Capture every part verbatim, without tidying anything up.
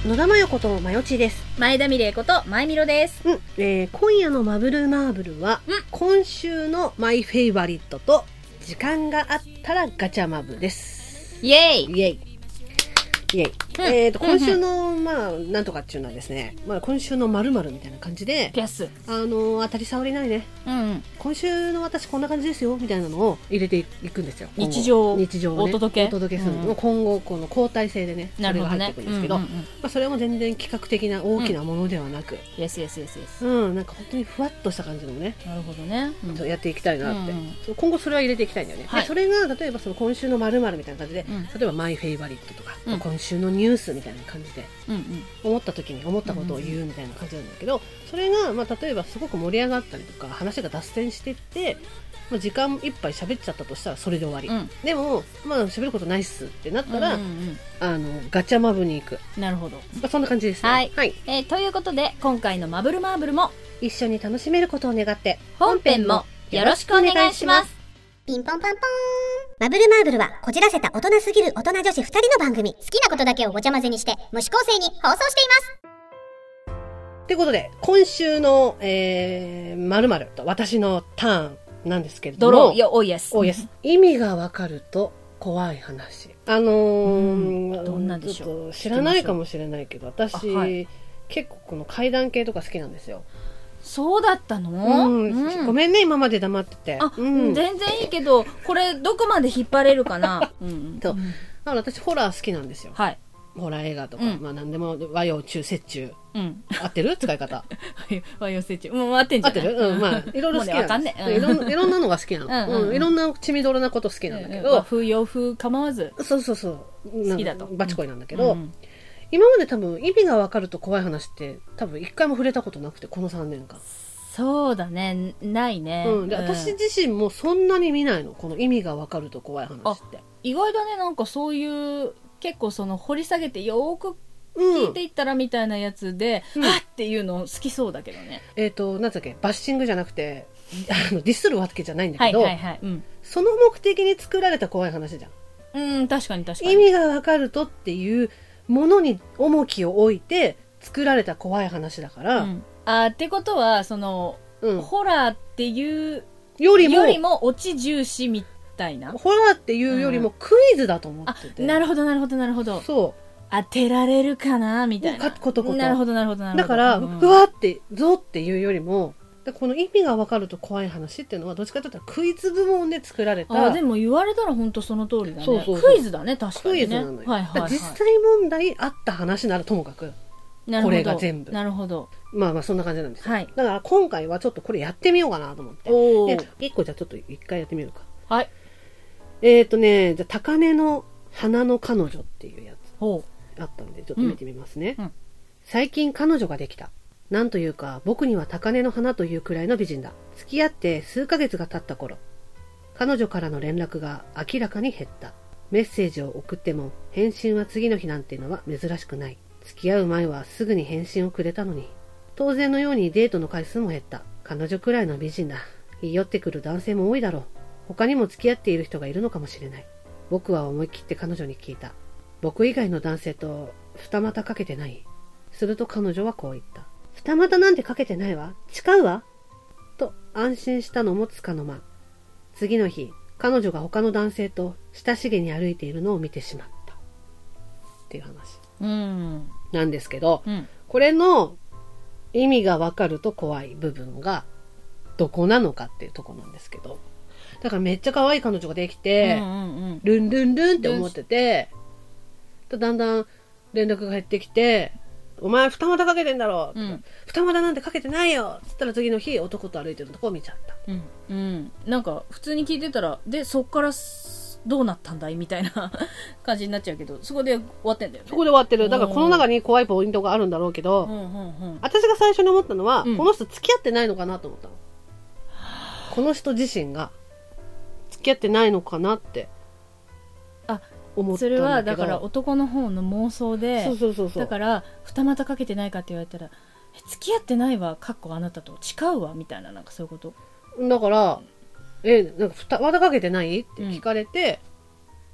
野田真代ことまよちです。 前田美玲ことまいみろです。 うん、えー、今夜のマブルマーブルは、 うん、 今週のマイフェイバリットと時間があったらガチャマブです。 イエイイエイイエイ、うん、えーと今週の、うんうん、まあなんとかっていうのはですね、まあ、今週の〇〇みたいな感じでピャスあの当たり障りないね、うんうん、今週の私こんな感じですよみたいなのを入れていくんですよ。 日常日常を、ね、 お届けお届けするの、うん、今後この交代制でねそれが入っていくんですけど、まあ、それも全然企画的な大きなものではなく、 イエスイエスイエスイエス、 うん、なんか本当にふわっとした感じのね、 なるほどね、 うん、やっていきたいなって、うんうん、今後それは入れていきたいんだよね、 はい、 でそれが例えばその今週の〇〇みたいな感じで、うん、例えばマイフェイバリットとか、うん、今週のニュースみたいな感じで、うんうん、思った時に思ったことを言うみたいな感じなんだけど、それが、まあ、例えばすごく盛り上がったりとか話が脱線していって、まあ、時間いっぱい喋っちゃったとしたらそれで終わり、うん、でも、まあ、喋ることないっすってなったら、うんうんうん、あのガチャマブに行く。 なるほど、 まあ、そんな感じですね。 はい、はい、えー、ということで今回のマブルマーブルも一緒に楽しめることを願って本編もよろしくお願いします。 ピンポンパンポーン。マブルマーブルはこじらせた大人すぎる大人女子ふたりの番組。好きなことだけをごちゃ混ぜにして無視構成に放送しています。 ということで今週の、えー、〇〇と私のターンなんですけれども、 ドロー、いや、おいやす。 おいやす。意味がわかると怖い話。あのー、うん、 どんなんでしょう。 ちょっと知らないかもしれないけど、私、はい、結構この怪談系とか好きなんですよ。 そうだったの、 うんうん、ごめんね今まで黙ってて。 あ、うん、全然いいけどこれどこまで引っ張れるかな。うん、 と、うん、だから私ホラー好きなんですよ。 はい。 ホラー映画とか、うん、まあ何でも和洋中折衷、うん、合ってる使い方和洋折衷もう合ってんじゃない。 合ってる、うん、まあいろいろ好きなんです、ね、うん、いろんないろんなのが好きなのうんうん、うん、いろんな血みどろなこと好きなんだけど、うんうん、 和風洋風構わずそうそうそう好きだとバチコイなんだけど、うんうん、今まで多分意味が分かると怖い話って多分一回も触れたことなくてこのさんねんかん。 そうだね、ないね、 うん、で、うん、私自身もそんなに見ないのこの意味が分かると怖い話って。 意外だね、なんかそういう結構その掘り下げてよーく聞いていったらみたいなやつで、うん、はっっていうの好きそうだけどね。 えっ、ー、となんだっけバッシングじゃなくてあのディスるわけじゃないんだけど、 はいはいはい、うん、 その目的に作られた怖い話じゃん。 うん確かに確かに。 意味が分かるとっていうものに重きを置いて作られた怖い話だから、うん、 あってことはその、うん、ホラーっていうよりもよりもオチ重視みたいな。 ホラーっていうよりもクイズだと思ってて、 うん、なるほどなるほどなるほど。 そう当てられるかなみたいなことこと。 なるほどなるほどなるほど。 だから、うん、うわってゾっていうよりもこの意味が分かると怖い話っていうのはどっちかというとクイズ部門で作られた。 あでも言われたら本当その通りだね。そうそうそう、クイズだね確かにね。 クイズなのよ、 はいはいはい、 実際問題あった話ならともかくこれが全部なるほど。 まあまあそんな感じなんですよ、 はい、 だから今回はちょっとこれやってみようかなと思って。おでいっこじゃあちょっと一回やってみようか。 はい。 えっ、ー、とねじゃあ高嶺の花の彼女っていうやつあったんでちょっと見てみますね、うんうん、最近彼女ができた。なんというか僕には高嶺の花というくらいの美人だ。付き合って数ヶ月が経った頃、彼女からの連絡が明らかに減った。メッセージを送っても返信は次の日なんてのは珍しくない。付き合う前はすぐに返信をくれたのに。当然のようにデートの回数も減った。彼女くらいの美人だ。言い寄ってくる男性も多いだろう。他にも付き合っている人がいるのかもしれない。僕は思い切って彼女に聞いた。僕以外の男性と二股かけてない？すると彼女はこう言った。二股なんてかけてないわ。誓うわ。と安心したのもつかの間。次の日、彼女が他の男性と親しげに歩いているのを見てしまった。っていう話。うん。なんですけど、うん、これの意味がわかると怖い部分がどこなのかっていうとこなんですけど。だからめっちゃ可愛い彼女ができて、うんうんうん、ルンルンルンって思ってて、だんだん連絡が減ってきて、お前二股かけてんだろ、うん、二股なんてかけてないよっつったら次の日男と歩いてるとこを見ちゃった、 うんうん、なんか普通に聞いてたらでそっからどうなったんだいみたいな感じになっちゃうけど、そこで終わってんだよね。 そこで終わってる。だからこの中に怖いポイントがあるんだろうけど、うんうんうん、私が最初に思ったのは、うん、この人付き合ってないのかなと思ったの。この人自身が付き合ってないのかなってあ思ったんだけど、それはだから男の方の妄想で、 そうそうそうそう、 だから二股かけてないかって言われたら付き合ってないわかっこあなたと誓うわみたいな、なんかそういうことだから、えなんか二股かけてないって聞かれて、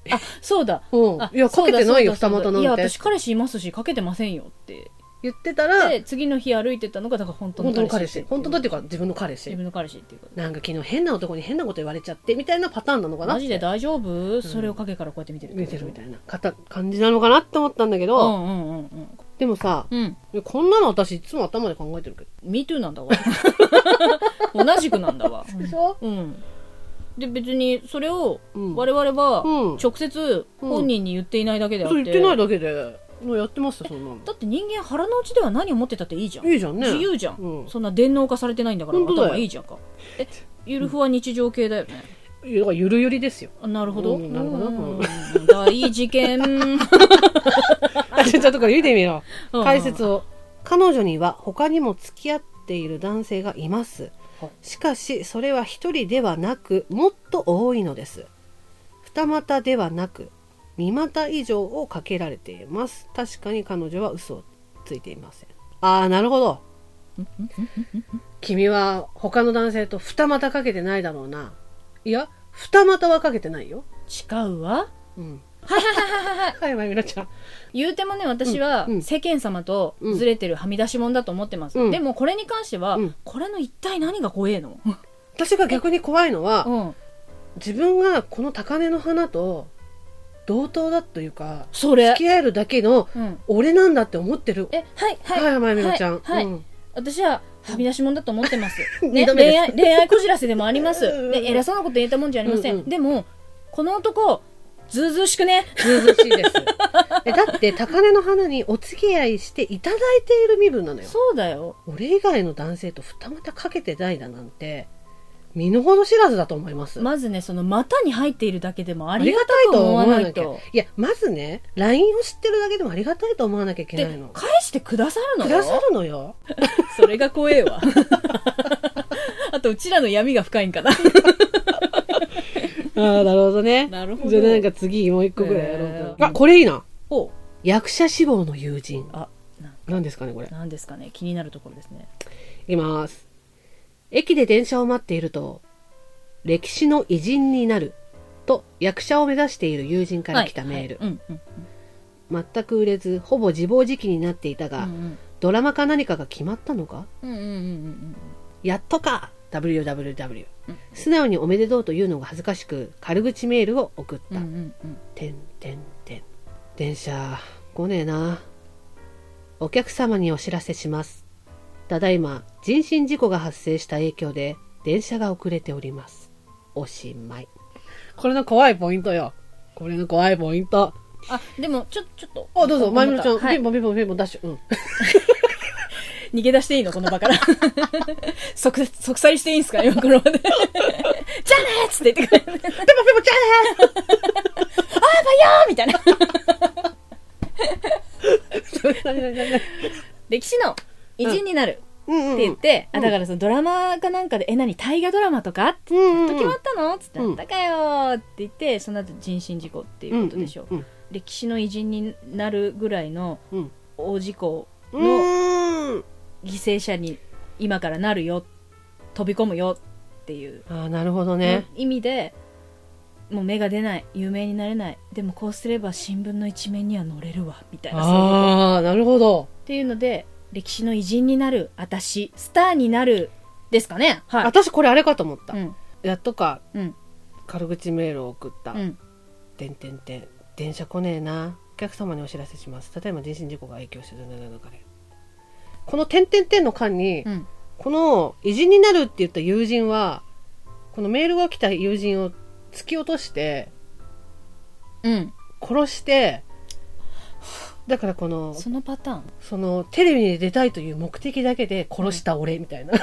あ、そうだ、 うん、 あ、 いやかけてないよ二股なんて。 いや私彼氏いますしかけてませんよって言ってたら、 で次の日歩いてたのがだから本当の彼氏、 本当だっていうか自分の彼氏、 自分の彼氏っていうか、 なんか昨日変な男に変なこと言われちゃってみたいなパターンなのかな。 マジで大丈夫、うん、それを影からこうやって見てる見てるみたいな感じなのかなって思ったんだけど、 うんうんうんうん、 でもさ、うん、こんなの私いつも頭で考えてるけど Me too なんだわ同じくなんだわでしょ、うん、で別にそれを我々は直接本人に言っていないだけであって、うんうん、 そう言ってないだけでもうやってますよそんなの。 だって人間腹の内では何を持ってたっていいじゃん。 いいじゃんね。 自由じゃん、うん、そんな電脳化されてないんだから頭いいじゃんか。えゆるふは日常系だよね。 いやだからゆるゆりですよ。 なるほど、うん、 なるほど、うん、 大事件ちょっとこれ見てみよう解説を。彼女には他にも付き合っている男性がいます。しかしそれは一人ではなくもっと多いのです。二股ではなく二股以上をかけられています。確かに彼女は嘘をついていません。ああなるほど君は他の男性と二股かけてないだろうな。いや二股はかけてないよ。 違うわ、うん、 はいはいはいはいはいまゆみなちゃん言うてもね私は世間様とずれてるはみ出し者だと思ってます、うん、でもこれに関しては、うん、これの一体何が怖えの私が逆に怖いのは、うん、自分がこの高嶺の花と同等だというかそれ付き合えるだけの俺なんだって思ってる。 えはいはいはいまゆみなちゃん、 はい、はいうん、私ははみ出し者だと思ってます、ね、恋愛恋愛こじらせでもありますで偉そうなこと言えたもんじゃありません、うんうん、でもこの男ずうずうしくね。 ずうずうしいですえだって高嶺の花にお付き合いしていただいている身分なのよ。 そうだよ。 俺以外の男性と二股かけてないだなんて身の程知らずだと思います。 まずねその股に入っているだけでもありがたいと思わないと。 いやまずね ライン を知ってるだけでもありがたいと思わなきゃいけないの。 返してくださるのよ。 くださるのよそれが怖えわあとうちらの闇が深いんかなああなるほどね。 なるほど。 じゃあなんか次もう一個ぐらいやろうか、えー、あこれいいな。お役者志望の友人。あ何ですかねこれ。 何ですかね気になるところですね。 いきます。駅で電車を待っていると歴史の偉人になると役者を目指している友人から来たメール、はいはいうんうんうん、全く売れずほぼ自暴自棄になっていたが、うんうん、ドラマか何かが決まったのか、うんうんうんうん、やっとか ダブリューダブリューダブリュー、うん、素直におめでとうというのが恥ずかしく軽口メールを送った、うんうんうん、てんてんてん電車来ねえな。お客様にお知らせします。ただいま人身事故が発生した影響で電車が遅れております。おしまい。これの怖いポイントよ。これの怖いポイント。 あでもちょちょっとあどうぞまゆみちゃん、はい、ピンポンピンポンピンポンダッシュ、うん、 逃げ出していいのこの場から即即去りしていいんすか今この場でじゃあねーっつって言ってくれるピンポンピンポンじゃあねーあーばよーみたいな歴史の偉人になる、うんって言って、うんうん、あだからそのドラマかなんかでえ何大河ドラマとかってやっと決まったのっつって、うん、だかよって言ってその後人身事故っていうことでしょ、うんうんうん、歴史の偉人になるぐらいの大事故の犠牲者に今からなるよ飛び込むよっていうあなるほどね意味でもう芽が出ない有名になれないでもこうすれば新聞の一面には載れるわみたいなああなるほどっていうので歴史の偉人になる私スターになるですかね、はい、 私これあれかと思った、うん、やっとか、うん、軽口メールを送った、うん、てんてんてん電車来ねえなお客様にお知らせします例えば人身事故が影響してる中でこのてんてんてんの間に、うん、この偉人になるって言った友人はこのメールが来た友人を突き落として、うん、殺してだからこのそのパターンそのテレビに出たいという目的だけで殺した俺みたいな、うん、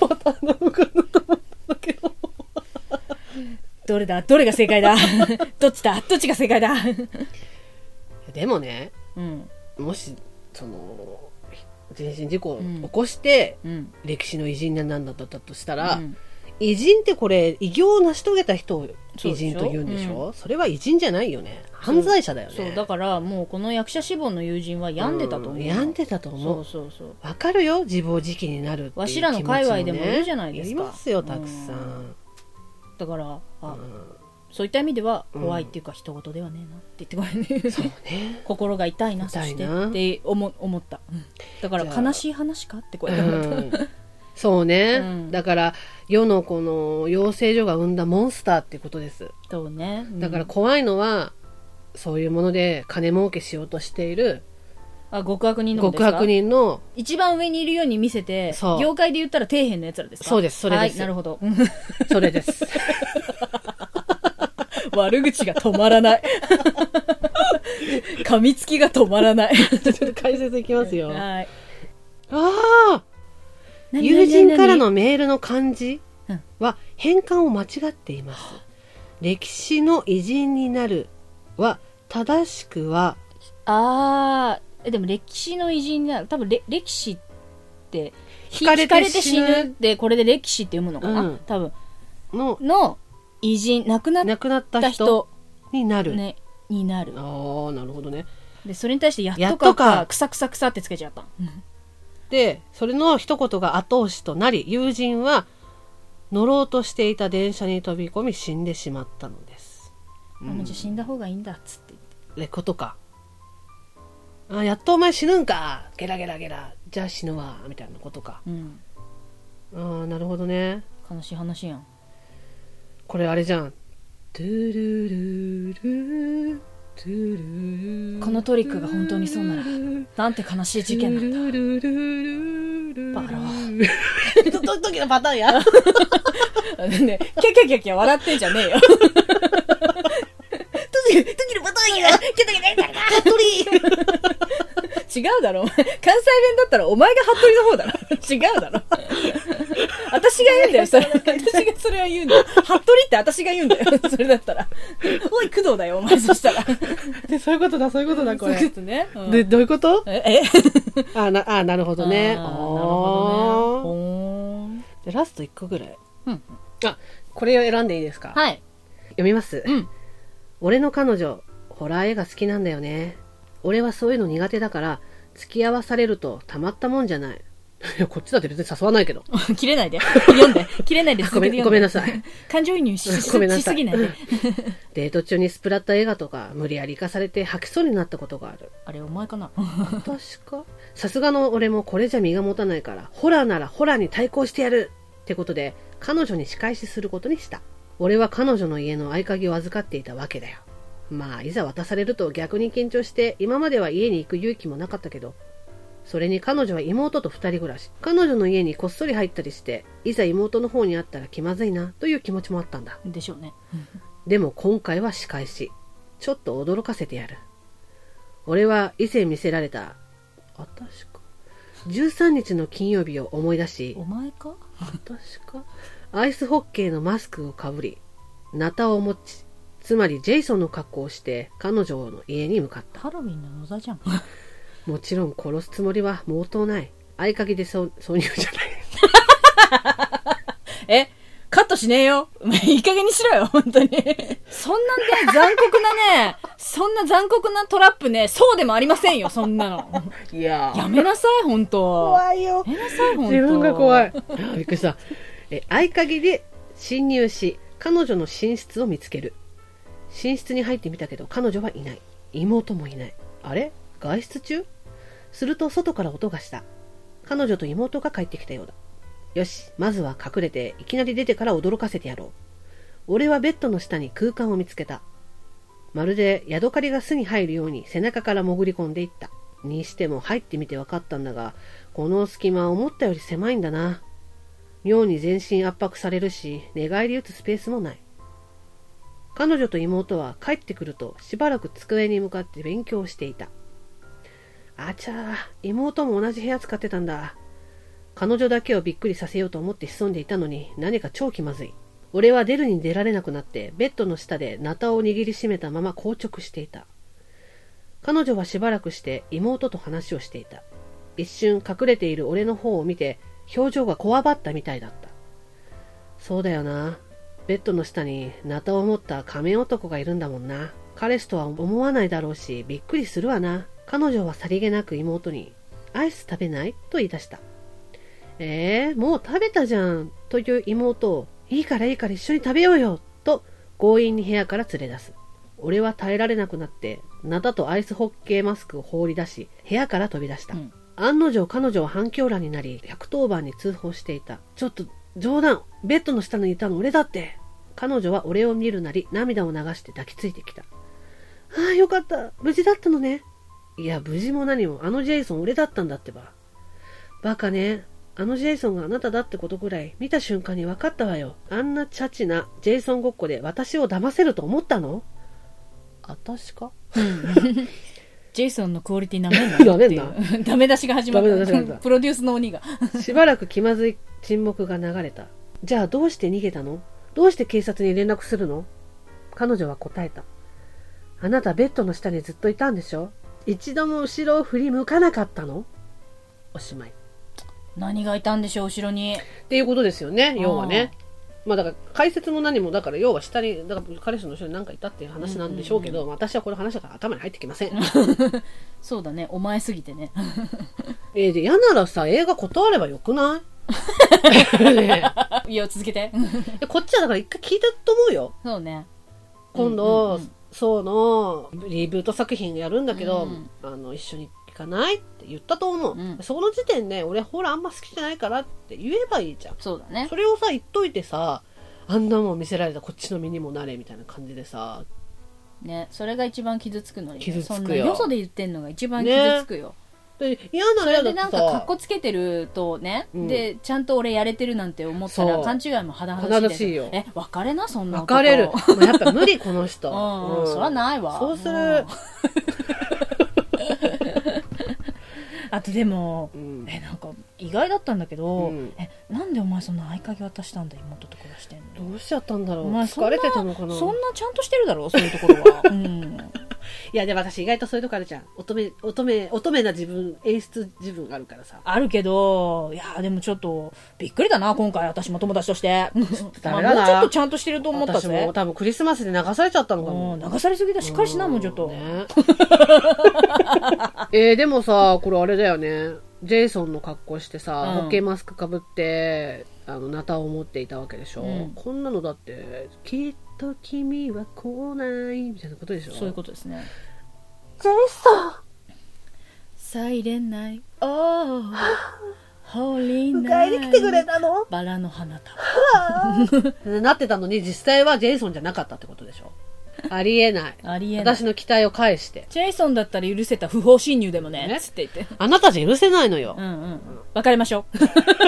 パターンなのかなと思ったけどどれだどれが正解だどっちだどっちが正解だでもね、うん、もしその人身事故を起こして、うん、歴史の偉人なんだったとしたら、うん偉人ってこれ偉業を成し遂げた人を偉人と言うんでしょ そ, う、うん、それは偉人じゃないよね犯罪者だよね。 そうだからもうこの役者志望の友人は病んでたと思う、うん、 病んでたと思う。 そうそうそうわかるよ自暴自棄になるっていう気持ちも、ね、わしらの界隈でもいるじゃないですかいますよたくさん、うん、 だからあ、うん、 そういった意味では怖いっていうか人事ではねえなって言ってこれね、そうね心が痛いな、そしてって思思った、うん、だから悲しい話かってこれ思った、うん、 そうね、うん、だから世のこの養成所が生んだモンスターっていうことです。 そうね、うん、 だから怖いのはそういうもので金儲けしようとしているあ極悪人のことですか。 極悪人の一番上にいるように見せて業界で言ったら底辺のやつらですか。 そうです、それです。 はい、なるほどそれです悪口が止まらない噛みつきが止まらないちょっと解説いきますよ。 はい、 ああ友人からのメールの漢字は変換を間違っています、うん、歴史の偉人になるは正しくはああでも歴史の偉人になる多分れ歴史って引かれて死ぬってこれで歴史って読むのかな、うん、多分のの偉人亡くなった人になる、 ね、になる。 ああなるほどね。 でそれに対してやっとかかくさくさくさってつけちゃった。 でそれの一言が後押しとなり友人は乗ろうとしていた電車に飛び込み死んでしまったのです。 あもうじゃあ死んだ方がいいんだっつって言って。ことか。あやっとお前死ぬんかゲラゲラゲラじゃあ死ぬわみたいなことか。うん、ああなるほどね。 悲しい話やん。 これあれじゃん。トゥルルルトゥルルこのトリックが本当にそうならなんて悲しい事件なんだ。バカはドキドキのパターンやねキャキャキャキャ笑ってんじゃねえよドキドキのパターンやキャキャキャキャハットリ違うだろお前関西弁だったらお前がハットリの方だろ違うだろ私が言うんだよそれ私がそれは言うんだよハットリって私が言うんだよそれだったらおい工藤だよお前そしたらでそういうことだそういうことだこれそういうことね、うん、 でどういうことええあなあなるほどね。あなるほどね。 でラストいっこぐらい、 うん、 あこれを選んでいいですか。 はい読みます、うん、俺の彼女ホラー映画好きなんだよね。俺はそういうの苦手だから付き合わされるとたまったもんじゃない。いやこっちだって別に誘わないけど切れないで読んで切れないでごめんごめんなさい感情移入 し, し, しすぎないでデート中にスプラッタ映画とか無理やり行かされて吐きそうになったことがある。 あれお前かな私か。さすがの俺もこれじゃ身が持たないからホラーならホラーに対抗してやるってことで彼女に仕返しすることにした。俺は彼女の家の合鍵を預かっていたわけだよ。まあいざ渡されると逆に緊張して今までは家に行く勇気もなかったけど、それに彼女は妹と二人暮らし。彼女の家にこっそり入ったりしていざ妹の方に会ったら気まずいなという気持ちもあったんだでしょうねでも今回は仕返しちょっと驚かせてやる。俺は以前見せられたあたしかじゅうさんにちの金曜日を思い出し、 お前かあたしかアイスホッケーのマスクをかぶりナタを持ちつまりジェイソンの格好をして彼女の家に向かった。 ハロウィンの野田じゃんもちろん殺すつもりは毛頭ない。合鍵で挿入じゃないえカットしねえよいい加減にしろよ本当にそんなね残酷なねそんな残酷なトラップねそうでもありませんよそんなのいややめなさい本当怖いよ。 やめなさい本当自分が怖いびっくりした。え合鍵で侵入し彼女の寝室を見つける。寝室に入ってみたけど彼女はいない。妹もいない。あれ外出中？すると外から音がした。彼女と妹が帰ってきたようだ。よし、まずは隠れていきなり出てから驚かせてやろう。俺はベッドの下に空間を見つけた。まるでヤドカリが巣に入るように背中から潜り込んでいった。にしても入ってみて分かったんだが、この隙間は思ったより狭いんだな。妙に全身圧迫されるし、寝返り打つスペースもない。彼女と妹は帰ってくるとしばらく机に向かって勉強していた。あちゃー、妹も同じ部屋使ってたんだ。彼女だけをびっくりさせようと思って潜んでいたのに何か超気まずい。俺は出るに出られなくなってベッドの下でナタを握りしめたまま硬直していた。彼女はしばらくして妹と話をしていた。一瞬隠れている俺の方を見て表情がこわばったみたいだった。そうだよな。ベッドの下にナタを持った仮面男がいるんだもんな。彼氏とは思わないだろうしびっくりするわな。彼女はさりげなく妹にアイス食べないと言い出した。えー、もう食べたじゃんという妹をいいからいいから一緒に食べようよと強引に部屋から連れ出す。俺は耐えられなくなって、ナタとアイスホッケーマスクを放り出し、部屋から飛び出した。うん、案の定彼女は反響欄になり、ひゃくとおばんに通報していた。ちょっと、冗談、ベッドの下にいたの俺だって。彼女は俺を見るなり、涙を流して抱きついてきた。ああ、よかった。無事だったのね。いや、無事も何も、あのジェイソン俺だったんだってば。バカね。あのジェイソンがあなただってことくらい見た瞬間に分かったわよ。あんなチャチなジェイソンごっこで私を騙せると思ったの？あたしかジェイソンのクオリティなめんなよっていうダメ出しが始まった。プロデュースの鬼がしばらく気まずい沈黙が流れた。じゃあどうして逃げたの？どうして警察に連絡するの？彼女は答えた。あなたベッドの下にずっといたんでしょ？一度も後ろを振り向かなかったの？おしまい。 何がいたんでしょう後ろにっていうことですよね、要はね。まあだから解説も何もだから要は下にだから彼氏の後ろに何かいたっていう話なんでしょうけど、うんうんうん、私はこの話が頭に入ってきませんそうだね、お前すぎてねえー、で嫌ならさ映画断ればよくないね、 いや続けてこっちはだから一回聞いてると思うよ。 そうね、 今度、うんうんうん、そのリブート作品やるんだけど、うん、あの一緒に行かないって言ったと思う、うん、その時点で俺ほらあんま好きじゃないからって言えばいいじゃん。 そうだね。 それをさ言っといてさ、あんなもん見せられたこっちの身にもなれみたいな感じでさね、それが一番傷つくのに、ね、 傷つくよ。 そんなよそで言ってんのが一番傷つくよ、ね。 で嫌なら嫌だってさ、それでなんかカッコつけてるとね、うん、でちゃんと俺やれてるなんて思ったら勘違いも甚だしいですよ。え別れなそんな男。別れる。もうやっぱ無理この人。 うん、うん、そりゃないわ。 そうする。 あとでも、うん、えなんか意外だったんだけど、うん、えなんでお前そんな合鍵渡したんだ妹と暮らしてんの？ どうしちゃったんだろう。お前疲れてたのかな。 そんなちゃんとしてるだろうそういうところは。うん、 いやでも私意外とそういうとこあるじゃん。乙女乙女乙女な自分演出自分があるからさ。 あるけどいやでもちょっとびっくりだな今回私も友達として。 ダメだな。 もうちょっとちゃんとしてると思ったぜ。 私も多分クリスマスで流されちゃったのかも。 流されすぎだしっかりしなもんちょっと。ね、 えー、でもさこれあれだよね。ジェイソンの格好してさ、うん、ホッケーマスクかぶってあのナタを持っていたわけでしょ、うん、こんなのだってきっと君は来ないみたいなことでしょ。 そういうことですね。 ジェイソンサイレンナイオーホーリーナイ迎えに来てくれたのバラの花束なってたのに実際はジェイソンじゃなかったってことでしょ。ありえない。 ありえない。 私の期待を返して。 ジェイソンだったら許せた不法侵入でもね、ねつって言って。 あなたじゃ許せないのよ。 うんうん。別れましょう。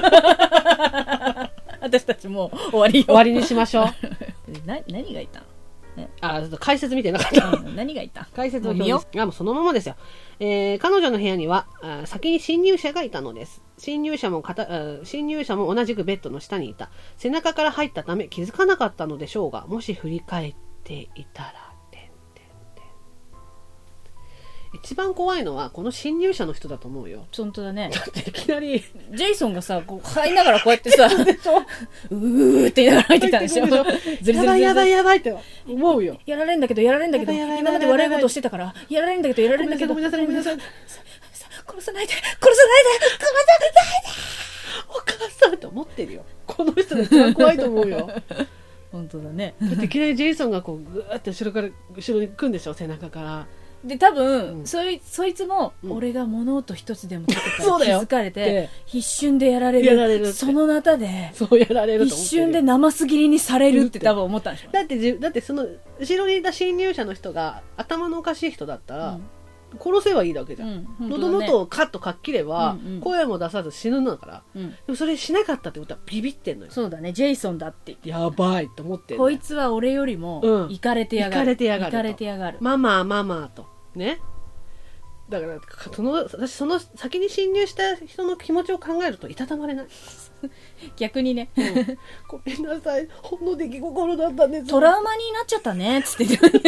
私たちもう終わりよ。 終わりにしましょう。 な何がいたの、 ね、あ、解説見てなかった。 うん、何がいた解説を表示。あ、もうそのままですよ。えー、彼女の部屋にはあ先に侵入者がいたのです。侵入者もかた侵入者も同じくベッドの下にいた。背中から入ったため気づかなかったのでしょうが、もし振り返ってていたらてんてんてん。一番怖いのはこの侵入者の人だと思うよ。 本当だね。 だっていきなりジェイソンがさこう入りながらこうやってさうーって言いながら入ってたんでしょ。ずるずるずるやばいやばいやばいって思うよ。 やられんだけどやられんだけど今まで笑い事をしてたからやられんだけどやられんだけどごめんなさいごめんなさい殺さないで殺さないで殺さないでお母さんって思ってるよ。この人が一番怖いと思うよ。 本当だね。 だっていきなりジェイソンがこうぐーって後ろから後ろに来るんでしょ背中から。 で多分、うん、そいそいつも、うん、俺が物音一つでもちょっとから気づかれて一瞬でやられる、 やられるそのナタでそうやられると思ってる。 一瞬で生すぎりにされるって多分思ったんでしょう、ね、 だってだってその後ろにいた侵入者の人が頭のおかしい人だったら、うん殺せばいいだけじゃん、うん、喉元をカッとかっきれば、うんうん、声も出さず死ぬんだから、うん、でもそれしなかったってことはビビってんのよ。 そうだねジェイソンだってやばいと思ってんこいつは俺よりもイカれてやがる、 イカれてやがるイカれてやがるママママとね。だからその私その先に侵入した人の気持ちを考えるといたたまれない逆にね、 うん、ごめんなさいほんの出来心だったんです。 トラウマになっちゃったねつって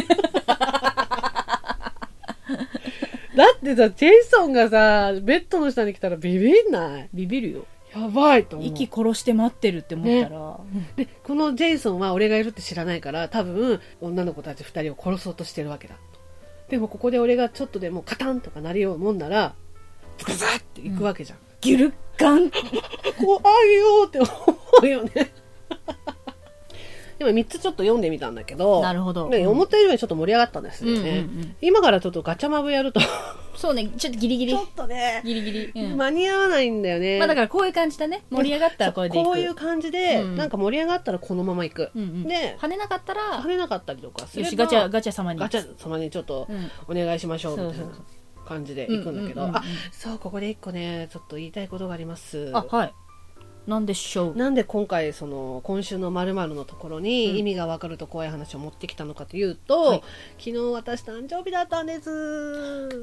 だってさジェイソンがさベッドの下に来たらビビんない？ ビビるよ。 やばいと思う。 息殺して待ってるって思ったら、 ね、でこのジェイソンは俺がいるって知らないから多分女の子たちふたりを殺そうとしてるわけだ。でもここで俺がちょっとでもカタンとかなるようもんならズクズっていくわけじゃん、うん、 ギュルッガン怖いよって思うよねで今みっつちょっと読んでみたんだけど、 なるほど、 ね、思ったよりはちょっと盛り上がったんですよね、うんうんうん、今からちょっとガチャマブやるとそうね、ちょっとギリギリちょっとねギリギリ、 うん、間に合わないんだよね。 まあだからこういう感じだね、盛り上がったらこれでいく、 こういう感じで、うん、なんか盛り上がったらこのままいく、 うんうん、で跳ねなかったら跳ねなかったりとかすればよしガチャガチャ様にガチャ様にちょっとお願いしましょうみたいな感じでいくんだけど、あ、そうここで一個ねちょっと言いたいことがあります。 あ、はい、なんでしょう。 なんで今回その今週の〇〇のところに意味が分かると怖い話を持ってきたのかというと、うんはい、昨日私誕生日だったんです。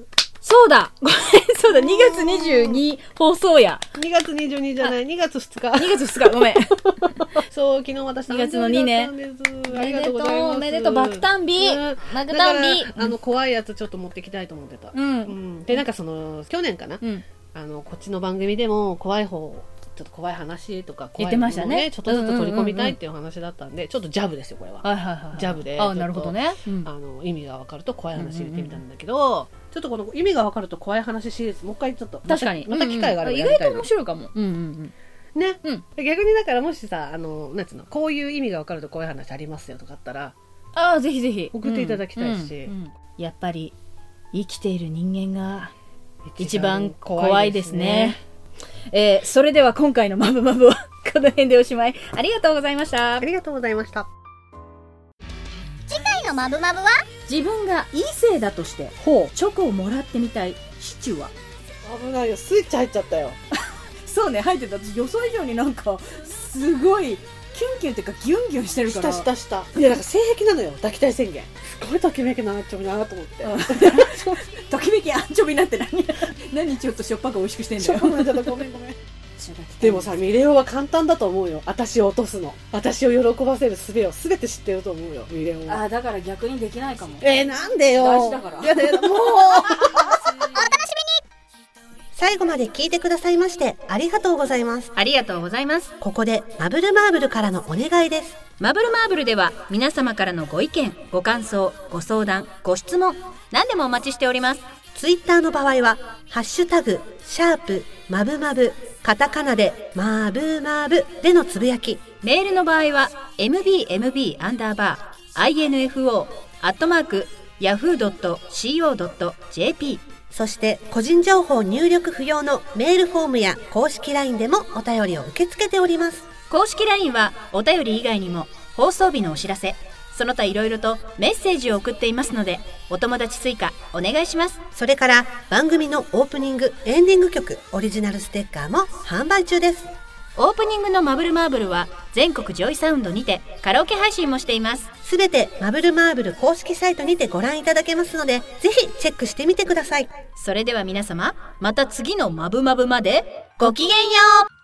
そうだごめんそうだにがつにじゅうに放送や。 にがつにじゅうにじゃない、にがつふつか。 にがつふつか、ごめん。 そう、昨日私誕生日だったんです。にがつのにね。ありがとうございます。 おめでとう、爆誕日。爆誕日。 あの、怖いやつちょっと持ってきたいと思ってた。うん。うん、で、なんかその、去年かな、うん、あの、こっちの番組でも怖い方、ちょっと怖い話とか怖いものをね、言ってましたね、ちょっとずつ取り込みたいっていう話だったんで、ちょっとジャブですよこれは、はいはいはい、ジャブであ、なるほどね、 うん、あの意味が分かると怖い話入れてみたんだけど、うんうんうん、ちょっとこの意味が分かると怖い話シリーズもう一回ちょっと確かにまた機会があればやりたい、 うんうん、意外と面白いかも、うんうんうん、 ね、うん、逆にだからもしさあのなんつうのこういう意味が分かると怖い話ありますよとかあったらあぜひぜひ送っていただきたいし、 うんうんうん、やっぱり生きている人間が一番怖いですね。えー、それでは今回のマブマブはこの辺でおしまい。ありがとうございました。 ありがとうございました。 次回のマブマブは自分が異性だとしてほうチョコをもらってみたいシチュは。 危ないよ、スイッチ入っちゃったよそうね、入ってた。私予想以上になんかすごいキュンキュンっていうかギュンギュンしてるから。 したしたした。いやなんか性癖なのよ、抱きたい宣言。すごいときめきなアンチョビだなと思って、うん、 ときめきアンチョビなんて何何ちょっとしょっぱく美味しくしてんだよ。 ごめんごめんごめんでもさ、ミレオは簡単だと思うよ。私を落とすの、私を喜ばせる術を全て知ってると思うよ、ミレオは。 あ、だから逆にできないかも。 えー、なんでよ。 大事だから。 やだやだ、もうお楽しみに。最後まで聞いてくださいましてありがとうございます。 ありがとうございます。 ここでマブルマーブルからのお願いです。 マブルマーブルでは皆様からのご意見、ご感想、ご相談、ご質問、何でもお待ちしております。 ツイッターの場合はハッシュタグシャープマブマブカタカナでマブマブでのつぶやき。 メールの場合は エムビーエムビー アンダーバー アイエヌエフオー アットマーク ヤフー ドット シーオー ドット ジェーピー。 そして個人情報入力不要のメールフォームや公式 ライン でもお便りを受け付けております。 公式 ライン はお便り以外にも放送日のお知らせ、その他いろいろとメッセージを送っていますので、お友達追加お願いします。 それから番組のオープニングエンディング曲オリジナルステッカーも販売中です。 オープニングのマブルマーブルは全国ジョイサウンドにてカラオケ配信もしています。 すべてマブルマーブル公式サイトにてご覧いただけますので、ぜひチェックしてみてください。 それでは皆様、また次のマブマブまでごきげんよう。